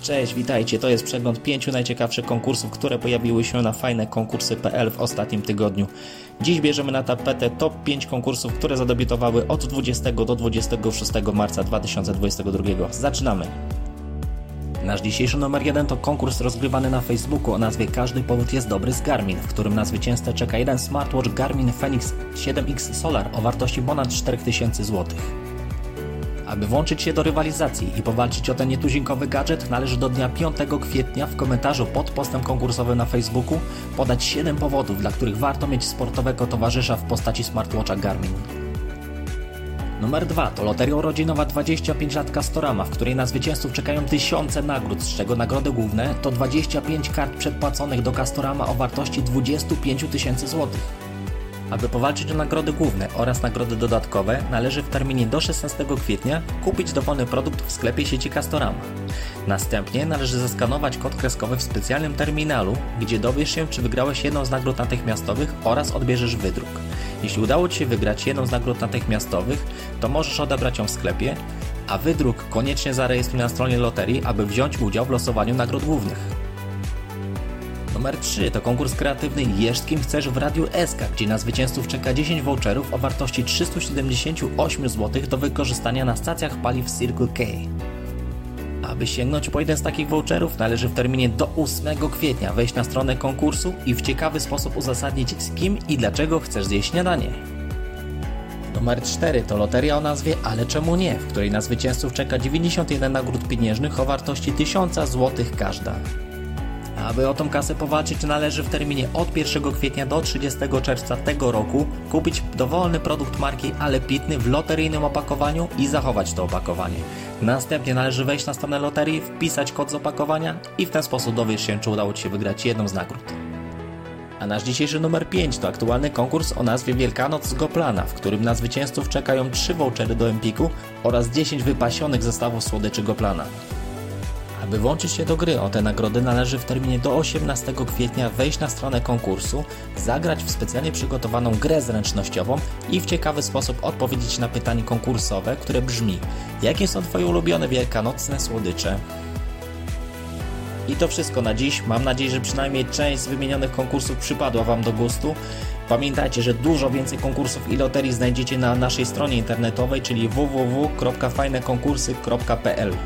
Cześć, witajcie. To jest przegląd 5 najciekawszych konkursów, które pojawiły się na fajnekonkursy.pl w ostatnim tygodniu. Dziś bierzemy na tapetę top 5 konkursów, które zadebiutowały od 20 do 26 marca 2022. Zaczynamy! Nasz dzisiejszy numer 1 to konkurs rozgrywany na Facebooku o nazwie Każdy powód jest dobry z Garmin, w którym na zwycięzcę czeka jeden smartwatch Garmin Fenix 7X Solar o wartości ponad 4000 zł. Aby włączyć się do rywalizacji i powalczyć o ten nietuzinkowy gadżet, należy do dnia 5 kwietnia w komentarzu pod postem konkursowym na Facebooku podać 7 powodów, dla których warto mieć sportowego towarzysza w postaci smartwatcha Garmin. Numer 2 to loteria urodzinowa 25 lat Castorama, w której na zwycięzców czekają tysiące nagród, z czego nagrody główne to 25 kart przedpłaconych do Castorama o wartości 25 000 złotych. Aby powalczyć o nagrody główne oraz nagrody dodatkowe, należy w terminie do 16 kwietnia kupić dowolny produkt w sklepie sieci Castorama. Następnie należy zeskanować kod kreskowy w specjalnym terminalu, gdzie dowiesz się, czy wygrałeś jedną z nagród natychmiastowych oraz odbierzesz wydruk. Jeśli udało Ci się wygrać jedną z nagród natychmiastowych, to możesz odebrać ją w sklepie, a wydruk koniecznie zarejestruj na stronie loterii, aby wziąć udział w losowaniu nagród głównych. Numer 3 to konkurs kreatywny Jesz z kim chcesz w Radiu SK, gdzie na zwycięzców czeka 10 voucherów o wartości 378 zł do wykorzystania na stacjach paliw Circle K. Aby sięgnąć po jeden z takich voucherów, należy w terminie do 8 kwietnia wejść na stronę konkursu i w ciekawy sposób uzasadnić, z kim i dlaczego chcesz zjeść śniadanie. Numer 4 to loteria o nazwie Ale czemu nie, w której na zwycięzców czeka 91 nagród pieniężnych o wartości 1000 zł każda. Aby o tą kasę powalczyć, należy w terminie od 1 kwietnia do 30 czerwca tego roku kupić dowolny produkt marki Ale Pitny w loteryjnym opakowaniu i zachować to opakowanie. Następnie należy wejść na stronę loterii, wpisać kod z opakowania i w ten sposób dowiesz się, czy udało Ci się wygrać jedną z nagród. A nasz dzisiejszy numer 5 to aktualny konkurs o nazwie Wielkanoc z Goplana, w którym na zwycięzców czekają 3 vouchery do Empiku oraz 10 wypasionych zestawów słodyczy Goplana. Aby włączyć się do gry o te nagrody, należy w terminie do 18 kwietnia wejść na stronę konkursu, zagrać w specjalnie przygotowaną grę zręcznościową i w ciekawy sposób odpowiedzieć na pytanie konkursowe, które brzmi: jakie są Twoje ulubione wielkanocne słodycze? I to wszystko na dziś. Mam nadzieję, że przynajmniej część z wymienionych konkursów przypadła Wam do gustu. Pamiętajcie, że dużo więcej konkursów i loterii znajdziecie na naszej stronie internetowej, czyli www.fajnekonkursy.pl.